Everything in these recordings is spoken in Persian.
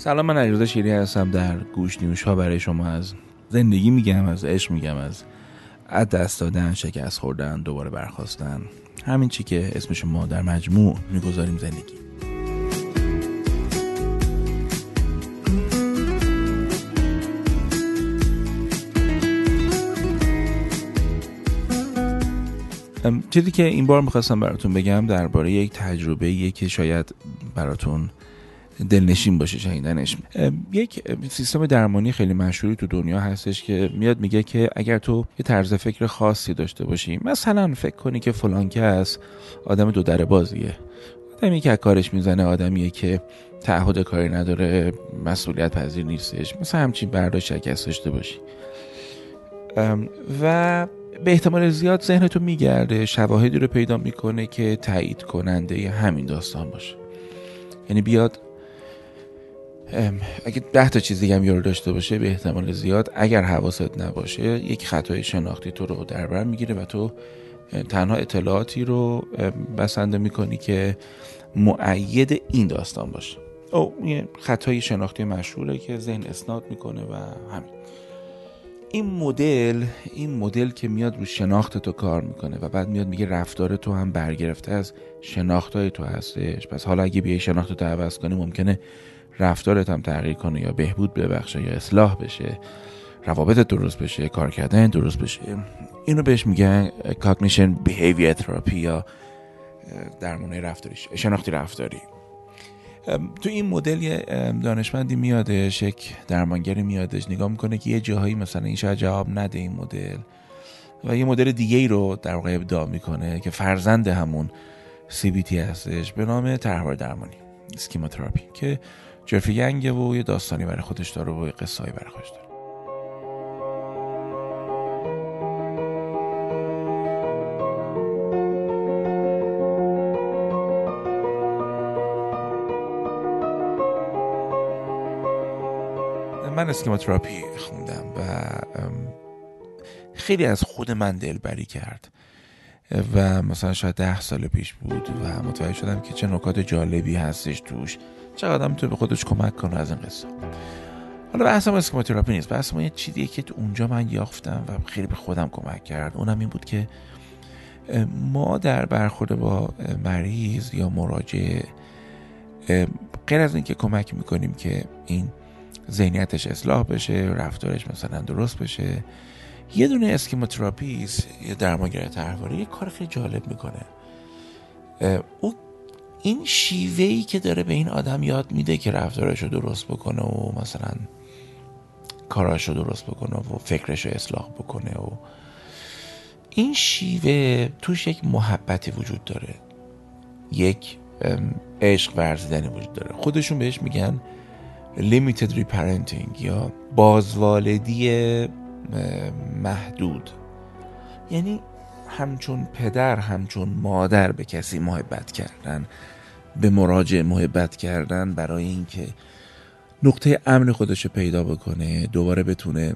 سلام، من علیرضا شیری هستم. در گوش نیوش ها برای شما از زندگی میگم، از عشق میگم، از دست دادن، شکست خوردن، دوباره برخاستن، همین چی که اسمش ما در مجموع میگذاریم زندگی. چیزی که این بار میخواستم براتون بگم درباره یک تجربه‌ایه که شاید براتون دلنشین باشه شنیدنش. یک سیستم درمانی خیلی مشهوری تو دنیا هستش که میاد میگه که اگر تو یه طرز فکر خاصی داشته باشی، مثلا فکر کنی که فلان کس آدم دو در بازیه، آدمی که کارش میزنه، آدمیه که تعهد کاری نداره، مسئولیت پذیر نیستش، مثلا همچین برداشت شکست داشته باشی و به احتمال زیاد ذهنتو میگرده، شواهدی رو پیدا میکنه که تایید کننده همین داستان باشه. یعنی بیاد اگه 10 تا چیز دیگه هم یارو داشته باشه، به احتمال زیاد اگر حواست نباشه یک خطای شناختی تو رو در بر میگیره و تو تنها اطلاعاتی رو بسنده میکنی که مؤید این داستان باشه. یه خطای شناختی مشهوره که ذهن اسناد میکنه و همین. این مدل که میاد رو شناخت تو کار میکنه و بعد میاد میگه رفتار تو هم برگرفته از شناختای تو هستش، پس حالا اگه بیای شناخت تو عوض کنی ممکنه رفتارت هم تغییر کنه یا بهبود ببخشه یا اصلاح بشه، روابطت درست بشه، کار کردن درست بشه. اینو بهش میگن cognition behavior therapy یا درمان شناختی رفتاری. تو این مدل یه دانشمندی میادش، یک درمانگری میادش، نگاه میکنه که یه جاهایی مثلا این شاید جواب نده این مدل و یه مدل دیگه ای رو در واقع ابداع میکنه که فرزند همون CBT هستش به نام طرحواره درمانی اسکیما تراپی که جفری ینگ و یه داستانی برای خودش داره و یه قصه‌ای برای خودش داره. من اسکیما تراپی خوندم و خیلی از خود من دلبری کرد و مثلا شاید 10 سال پیش بود و متوجه شدم که چه نکات جالبی هستش توش، چقدر آدم تو به خودش کمک کنه از این قصه. حالا بحثم اسکیما تراپی نیست، بحثم یه چیزیه که تو اونجا من یافتم و خیلی به خودم کمک کرد. اونم این بود که ما در برخورد با مریض یا مراجع، غیر از این که کمک میکنیم که این ذهنیتش اصلاح بشه، رفتارش مثلا درست بشه، یه دونه اسکیما تراپیست، یه درمانگر طرحواره، یه کار خیلی جالب میکنه. او این شیوهی که داره به این آدم یاد میده که رفتارش رو درست بکنه و مثلا کاراش رو درست بکنه و فکرش رو اصلاح بکنه و این شیوه توش یک محبتی وجود داره، یک عشق ورزیدنی وجود داره. خودشون بهش میگن limited reparenting یا بازوالدی محدود. یعنی همچون پدر، همچون مادر به کسی محبت کردن، به مراجع محبت کردن برای اینکه نقطه امن خودشو پیدا بکنه، دوباره بتونه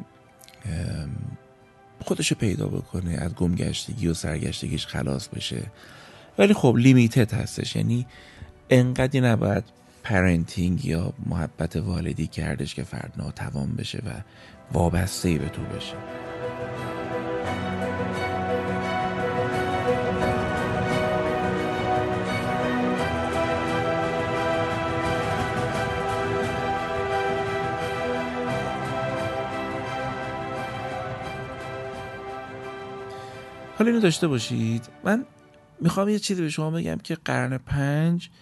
خودشو پیدا بکنه، از گمگشتگی و سرگشتگیش خلاص بشه. ولی خب لیمیتد هستش، یعنی انقدری نباید پرنتینگ یا محبت والدی کردش که فرد ناتوان بشه و وابسته‌ای به تو بشه. حالا اینو داشته باشید، من میخوام یه چیزی به شما بگم که قرن 5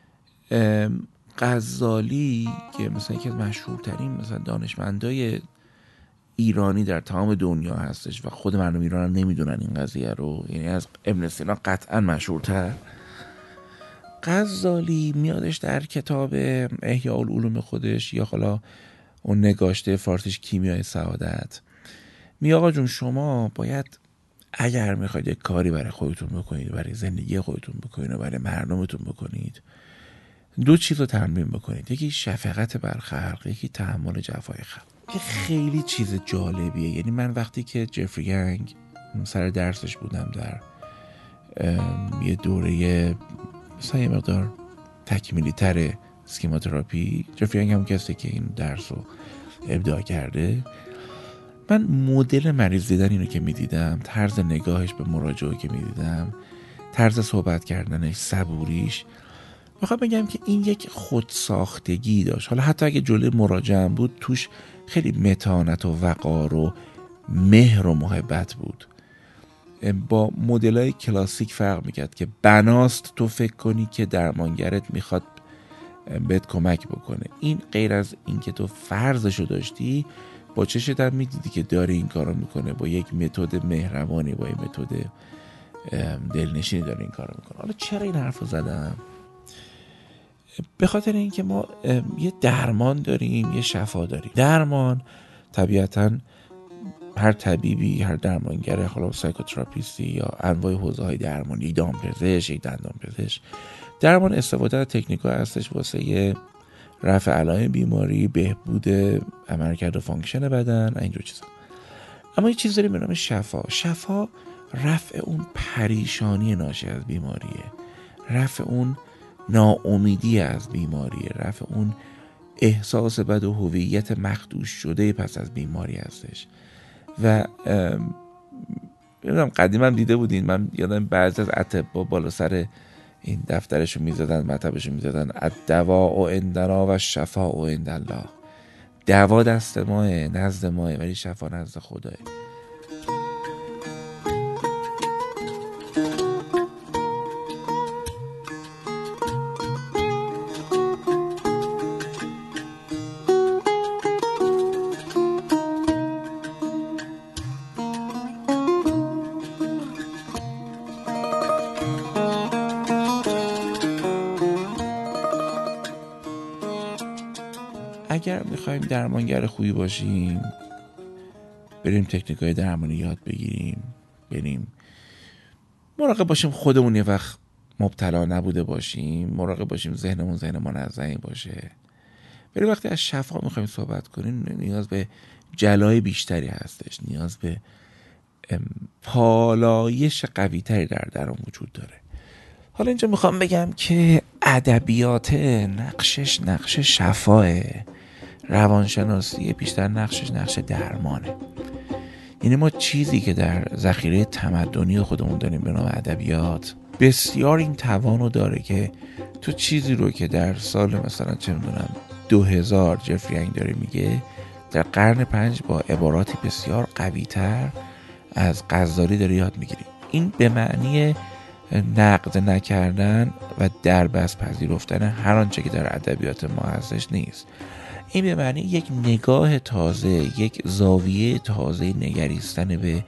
غزالی که مثلا یکی از مشهورترین مثلا دانشمندای ایرانی در تمام دنیا هستش و خود مردم ایران هم نمیدونن این قضیه رو، یعنی از ابن سینا قطعا مشهورتر. غزالی میادش در کتاب احیاء العلوم خودش یا حالا اون نگاشته فارسیش کیمیای سعادت، می آقا جون شما باید اگر میخواید یک کاری برای خودتون بکنید، برای زندگی خودتون بکنید و برای مردمتون بکنید، 2 چیز رو تمرین بکنید. یکی شفقت بر خلق، یکی تحمل جفای خلق. که خیلی چیز جالبیه. یعنی من وقتی که جفری ینگ سر درسش بودم در یه دوره مثلا یه مقدار تکمیلی تره اسکیماتراپی. جفری ینگ هم کسی که این درس رو ابداع کرده. من مدل مریض دیدن اینو که میدیدم، طرز نگاهش به مراجعه که میدیدم، طرز صحبت کردنش، صبوریش، میخوام بگم که این یک خودساختگی داشت. حالا حتی اگه جلوی مراجعه بود، توش خیلی متانت و وقار و مهر و محبت بود. با مدلای کلاسیک فرق میکرد که بناست تو فکر کنی که درمانگرت میخواد بهت کمک بکنه. این غیر از این که تو فرضشو داشتی، با چشت هم میدیدی که داره این کارو میکنه، با یک متد مهربانی، با یک متد دلنشینی داره این کارو میکنه. حالا چرا این حرفو زدم؟ به خاطر اینکه ما یه درمان داریم، یه شفا داریم. درمان طبیعتاً هر طبیبی، هر درمانگر، حالا سایکوتراپیستی یا انواع حوزه‌های درمانی، یک دامپزشک، یک دندانپزشک، درمان استفاده از تکنیک‌ها هستش واسه رفع علائم بیماری، بهبود عملکرد و فانکشن بدن، اینجور چیزا. اما یه چیز داریم به نام شفا. شفا رفع اون پریشانی ناشی از بیماریه، رفع اون ناامیدی از بیماریه، رفع اون احساس بد و هویت مخدوش شده پس از بیماری هستش. و نمیدونم قدیما دیده بودین، من یادم بعضی از اطباء بالا سر این دفترشو میزدن، مطبشو میزدن: الدواء عندنا و شفاء عند الله. دوا دست ماه، نزد ماه، ولی شفا نزد خداه. اگر میخوایم درمانگر خوبی باشیم، بریم تکنیک‌های درمانی یاد بگیریم، بریم مراقب باشیم خودمون یه وقت مبتلا نبوده باشیم، مراقب باشیم ذهنمون ذهن منظمی باشه. بریم وقتی از شفا میخوایم صحبت کنیم، نیاز به جلای بیشتری هستش، نیاز به پالایش قوی‌تری در درون وجود داره. حالا اینجا میخوام بگم که ادبیات نقشش نقش شفاه، روانشناسی بیشتر نقشش نقش درمانه. یعنی ما چیزی که در ذخیره تمدنی خودمون داریم به نام ادبیات، بسیار این توانو داره که تو چیزی رو که در سال مثلا چه میدونم 2000 جفری ینگ داره میگه، در قرن 5 با عباراتی بسیار قوی تر از غزالی داره یاد میگیری. این به معنی نقد نکردن و دربست پذیرفتن هر آنچه که در ادبیات ما هستش نیست. این به معنی یک نگاه تازه، یک زاویه تازه نگریستن به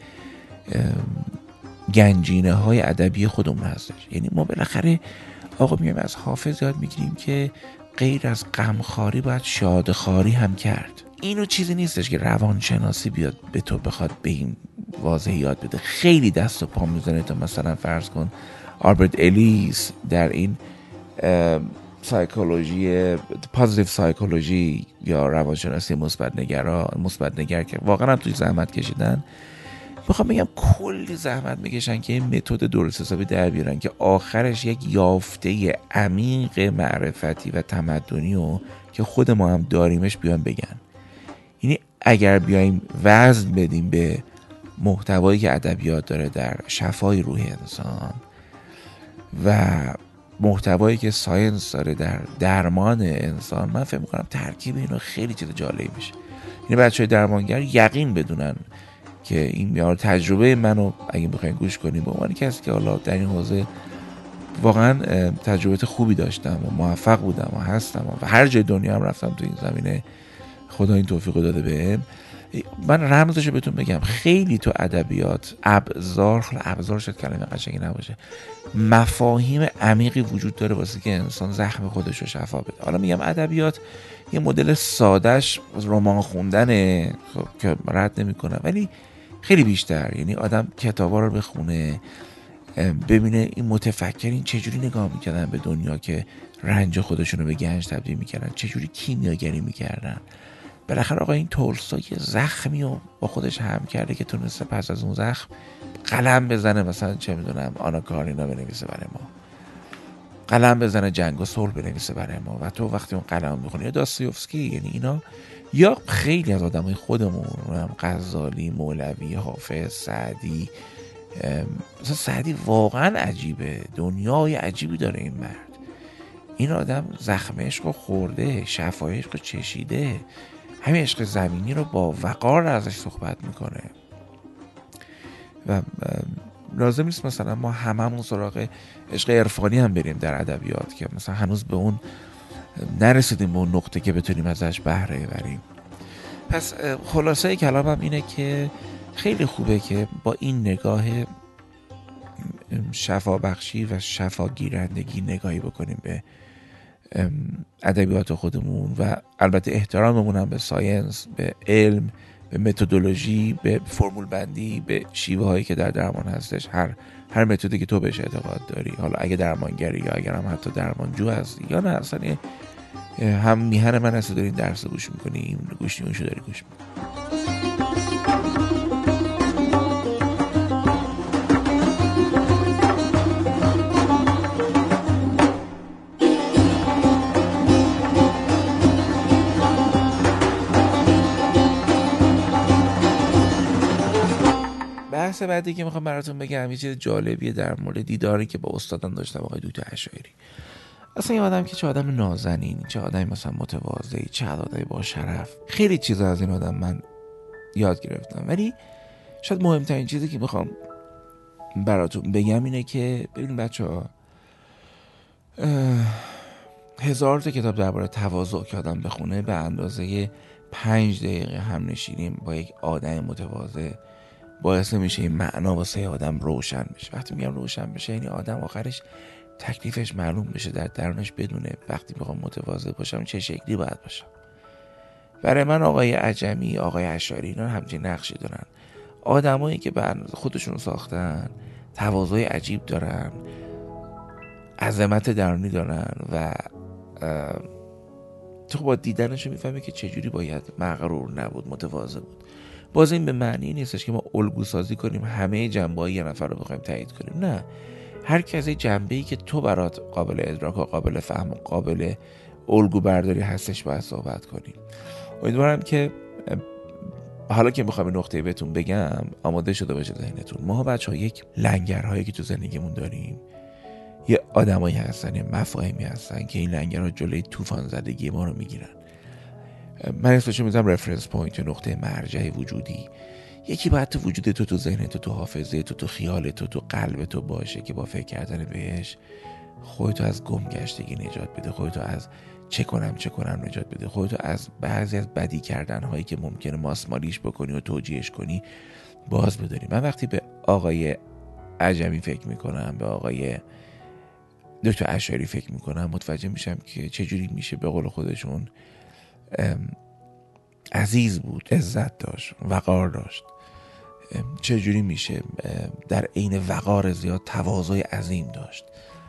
گنجینه های ادبی خودمون هستش. یعنی ما بالاخره آقا میایم از حافظ یاد میگیریم که غیر از غمخواری باید شادخواری هم کرد. اینو چیزی نیستش که روانشناسی بیاد به تو بخواد به این واضح یاد بده. خیلی دست و پا میزنه تا مثلا فرض کن آلبرت الیس در این سایکولوژی پازیتیو سایکولوژی یا روانشناسی مثبت نگر که واقعا هم توی زحمت کشیدن، میخوام بگم کلی زحمت میکشن که این متد درست حسابی در بیارن که آخرش یک یافته عمیق معرفتی و تمدنی و که خود ما هم داریمش بیان بگن. یعنی اگر بیایم وزن بدیم به محتوایی که ادبیات داره در شفای روح انسان و محتوایی که ساینس داره در درمان انسان، من فکر میکنم ترکیب اینو خیلی چیز جالبی میشه. یعنی بچهای درمانگر یقین بدونن که این میار تجربه منو اگه بخواین گوش کنیم به عنوان کسی که حالا در این حوزه واقعا تجربه خوبی داشتم و موفق بودم و هستم و هر جای دنیا هم رفتم تو این زمینه خدا این توفیق داده بهم، من رمزشو بهتون بگم. خیلی تو ادبیات ابزار شد کلمه قشنگی نباشه، مفاهیم عمیقی وجود داره واسه که انسان زخم خودش رو شفا بده. حالا میگم ادبیات یه مدل سادهش رمان خوندنه، خب که رد نمیکنم، ولی خیلی بیشتر. یعنی آدم کتابا رو بخونه، ببینه این متفکرین چجوری نگاه میکردن به دنیا که رنج خودشون رو به گنج تبدیل میکردن، چجوری کیمیاگری میکردن. بالاخره آقا این تولستوی زخمی رو با خودش هم کرده که تونسته پس از اون زخم قلم بزنه، مثلا چه میدونم آنا کارینا بنویسه برای ما. قلم بزنه جنگ و صلح بنویسه برای ما و تو وقتی اون قلم میخونی یا داستایوفسکی، یعنی اینا، یا خیلی از آدمای خودمون، غزالی، مولوی، حافظ، سعدی. مثلا سعدی واقعا عجیبه، دنیای عجیبی داره این مرد. این آدم زخم عشق رو خورده، شفای عشق رو چشیده، همین عشق زمینی رو با وقار ازش صحبت میکنه و لازم نیست مثلا ما هممون سراغ عشق عرفانی هم بریم در ادبیات که مثلا هنوز به اون نرسیدیم، به اون نقطه که بتونیم ازش بهره بریم. پس خلاصه کلامم اینه که خیلی خوبه که با این نگاه شفابخشی و شفاگیرندگی نگاهی بکنیم به ادبیات خودمون و البته احتراممون هم به ساینس، به علم، به متدولوژی، به فرمول بندی، به شیوه هایی که در درمان هستش. هر متدی که تو بهش اعتقاد داری، حالا اگه درمانگری یا اگر هم حتی درمانجو هستی یا نه اصلا هم میهن من هستی داری این درس گوش میکنی، این گوشیمونشو داری گوش میکنی. بحث بعدی که میخوام براتون بگم یه چیز جالبیه در مورد دیداری که با استادم داشتم، آقای دکتر اشایری. اصلا این آدم که چه آدم نازنین، چه آدمی مثلا متواضعی، چه آدمی با شرف، خیلی چیزا از این آدم من یاد گرفتم. ولی شاید مهمترین چیزی که میخوام براتون بگم اینه که ببین بچه‌ها، 1000 تا کتاب درباره تواضع که آدم بخونه به اندازه 5 دقیقه هم نشینیم با یک آدم متواضع باعث میشه این معنا واسه آدم روشن بشه. وقتی میگم روشن بشه یعنی آدم آخرش تکلیفش معلوم بشه، در درونش بدونه وقتی میخوام متواضع باشم چه شکلی باید باشم. برای من آقای عجمی، آقای اشعری، اینا همچین نقشی دارن. آدمایی که خودشون ساختن، تواضع عجیب دارن، عظمت درونی دارن و تو با دیدنشو میفهمی که چجوری باید مغرور نبود، متواضع بود. باز این به معنی نیستش که ما الگو سازی کنیم همه جنبه‌های یه نفر رو بخوایم تایید کنیم. نه، هر کسی جنبه‌ای که تو برات قابل ادراک و قابل فهم و قابل الگو برداری هستش باید صحبت کنیم. امیدوارم که حالا که میخوام نقطه بهتون بگم آماده شده باشه ذهنتون. ما بچه‌ها یک لنگرهایی که تو زندگیمون داریم، یه آدمایی هستن، یه مفاهیمی هستن که این لنگرها جلوی طوفان زدگی ما رو میگیرن. من اسمشو میذارم رفرنس پوینت، نقطه مرجع وجودی. یکی باید تو وجود تو ذهن تو حافظه تو خیال تو قلب تو باشه که با فکر کردن بهش خودتو از گمگشتگی نجات بده، خودتو از چه کنم نجات بده، خودتو از بعضی از بدی کردن هایی که ممکنه ماسمالیش بکنی و توجیهش کنی باز بداری. من وقتی به آقای عجمی فکر میکنم، به آقای دکتر اشعری فکر میکنم، متوجه میشم که چجوری میشه به قول خودشون عزیز بود، عزت داشت، وقار داشت، چجوری میشه در عین وقار زیاد تواضع عظیم داشت.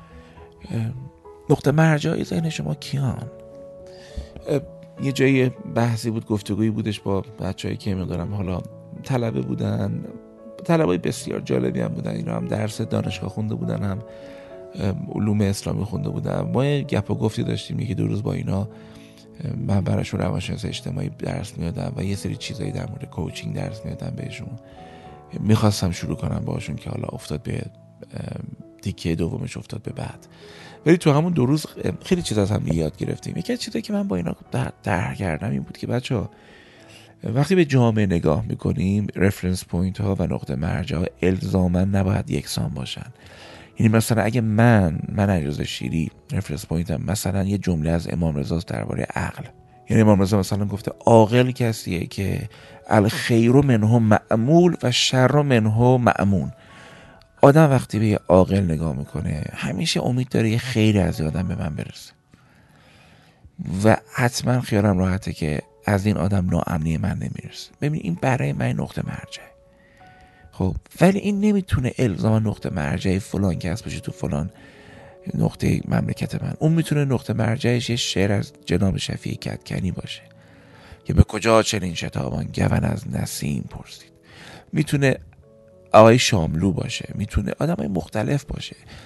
نقطه مرجعی ذهن شما کیان؟ یه جایی بحثی بود، گفتگویی بودش با بچه‌ای که می‌دارم حالا طلبه بودن، طلبای بسیار جالبی هم بودن، اینا هم درس دانشگاه خونده بودن، هم علوم اسلامی خونده بودن. ما یه گپ و گفتی داشتیم، یکی دو روز با اینا من براشون روانشناسی اجتماعی درس میدادم و یه سری چیزایی در مورد کوچینگ درس میدادم بهشون. میخواستم شروع کنم باشون که حالا افتاد به تیکه دومش، افتاد به بعد. ولی تو همون 2 روز خیلی چیز از هم یاد گرفتیم. یکی از چیزایی که من با اینا درک کردم این بود که بچه‌ها وقتی به جامعه نگاه میکنیم رفرنس پوینت ها و نقطه مرجع ها الزاما نباید یکسان باشن. یعنی مثلا اگه من علیرضا شیری رفرنس پوینتم مثلا یه جمله از امام رضا درباره عقل، یعنی امام رضا مثلا گفته عاقل کسیه که الخیر منه معمول و شر منه مأمون. آدم وقتی به یه عاقل نگاه میکنه همیشه امید داره یه خیری از آدم به من برسه و حتما خیالم راحته که از این آدم ناامنی من نمیرسه. ببین این برای من نقطه مرجع. خب ولی این نمیتونه الزاما نقطه مرجع فلان کس باشه تو فلان نقطه مملکت من. اون میتونه نقطه مرجعش یه شعر از جناب شفیع کدکنی باشه که به کجا چنین شتابان گون از نسیم پرسید. میتونه آقای شاملو باشه، میتونه آدمای مختلف باشه.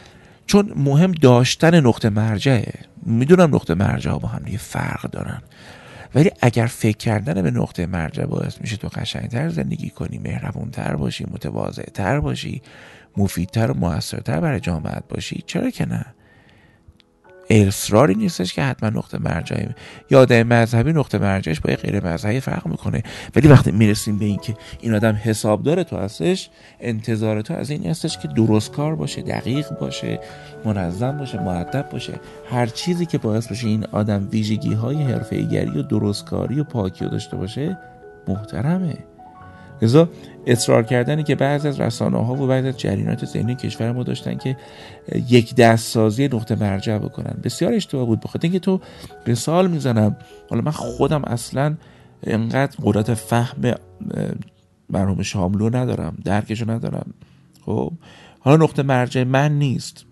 چون مهم داشتن نقطه مرجعه. میدونم نقطه مرجع ها با هم دیگه فرق دارن، ولی اگر فکر کردن به نقطه مرجع باعث میشه تو قشنگتر زندگی کنی، مهربونتر باشی، متواضعتر باشی، مفیدتر و موثرتر برای جامعت باشی، چرا که نه؟ اصراری نیستش که حتما نقطه مرجعی. یا آدم مذهبی نقطه مرجعش با غیر مذهبی فرق میکنه، ولی وقتی میرسیم به این که این آدم حسابدار تو هستش، انتظار تو از این هستش که درست کار باشه، دقیق باشه، منظم باشه، مؤدب باشه، هر چیزی که باعث بشه این آدم ویژگی های حرفه‌ایگری و درستکاری و پاکی رو داشته باشه محترمه. لذا اصرار کردنی که بعضی از رسانه‌ها و بعضی از جریانات ذهنی کشور ما داشتن که یک دست سازی نقطه مرجع بکنن بسیار اشتباه بود. بخاطر اینکه تو مثال میزنم، حالا من خودم اصلا اینقدر قدرت فهم مرحوم شاملو ندارم، درکشو ندارم، خب حالا نقطه مرجع من نیست،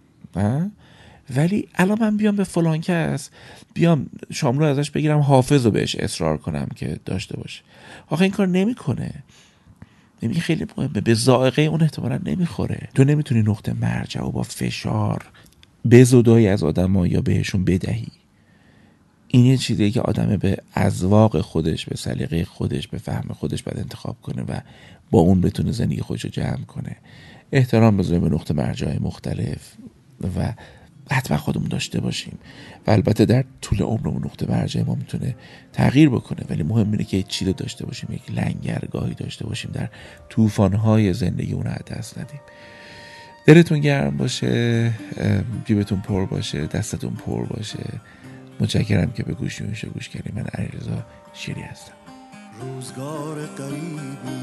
ولی الان من بیام به فلان کس بیام شاملو ازش بگیرم حافظ رو بهش اصرار کنم که داشته باشه، آخه این کار نمیکنه. این خیلی مهمه، به ذائقه اون احتمالا نمیخوره. تو نمیتونی نقطه مرجع رو با فشار بزدایی از آدم یا بهشون بدهی. این یه چیزیه که آدم به اذواق خودش، به سلیقه خودش، به فهم خودش باید انتخاب کنه و با اون بتونه زندگی خودش رو جمع کنه. احترام بذاریم به نقطه مرجع مختلف و حتما خودمون داشته باشیم و البته در طول عمرمون نقطه مرجع ما میتونه تغییر بکنه، ولی مهم اینه که چی رو داشته باشیم، یک لنگرگاهی داشته باشیم در طوفان‌های زندگی اون رو دست ندیم. دلتون گرم باشه، جیبتون پر باشه، دستتون پر باشه. متشکرم که به گوشیون گوش کردیم. من علیرضا شیری هستم. روزگار قریبی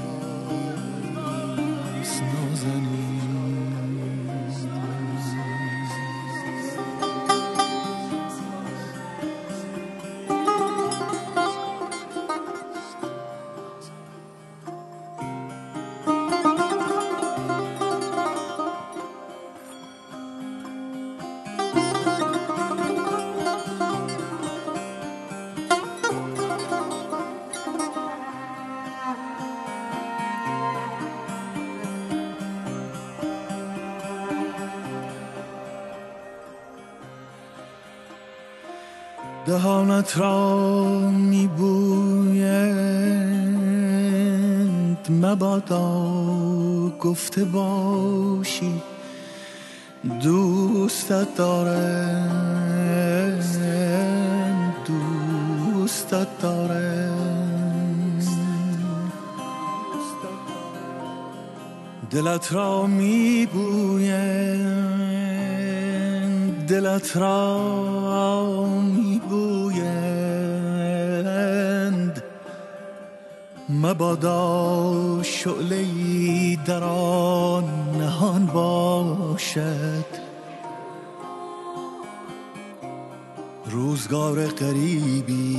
نازنین دهانت را میبویند مبادا گفته باشی دوستت دارم دوستت دارم دلت را میبویند دلت را میبویند مبادا شعله‌ای در آن نهان باشد روزگار قریبی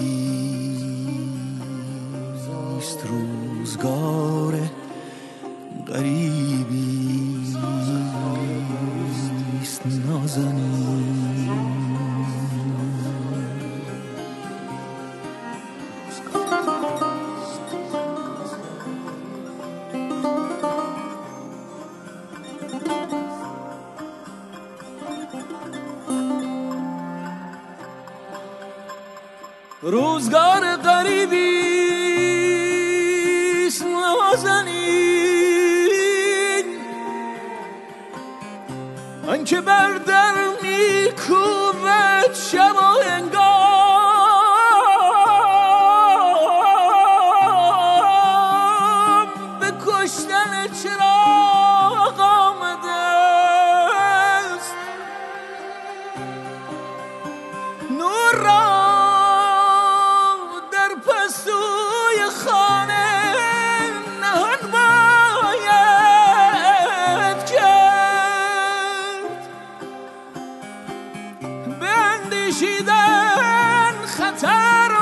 است روزگار قریبی است نازنین روزگار قریبی است نازنین آنکه بر در میکوبد شب و هنگام به کشتن چراغ آمده است نور را خطر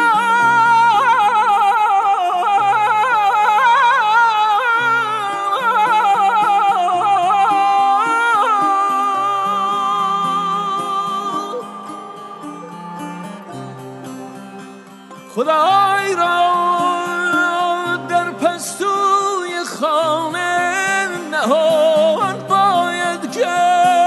خدای را در پستوی خانه نهان باید کرد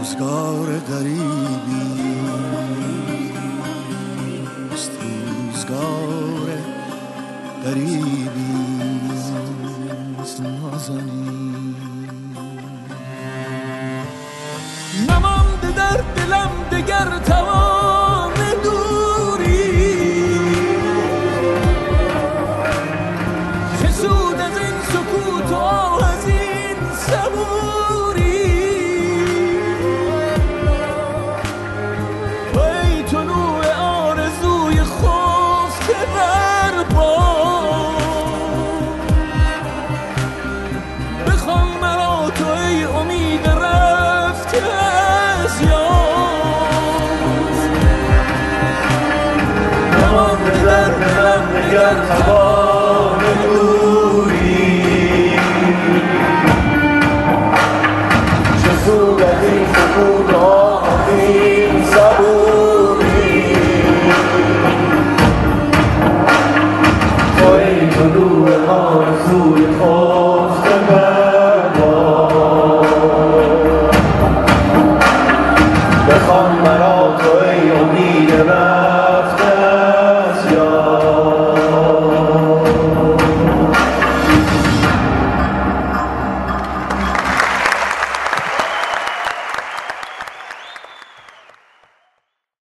روزگار غریبی است، روزگار غریبی است نازنین. نمانده در دلم دگر توان دوری، چه سود از این سکوت و از این صبوری. ای طلوع آرزوی خفته بر باد، بخوان مرا تو ای امید رفته از یاد. نمانده در دلم دگر توان دوری، چه سود از این سکوت و از این صبوری. تو ای طلوع آرزوی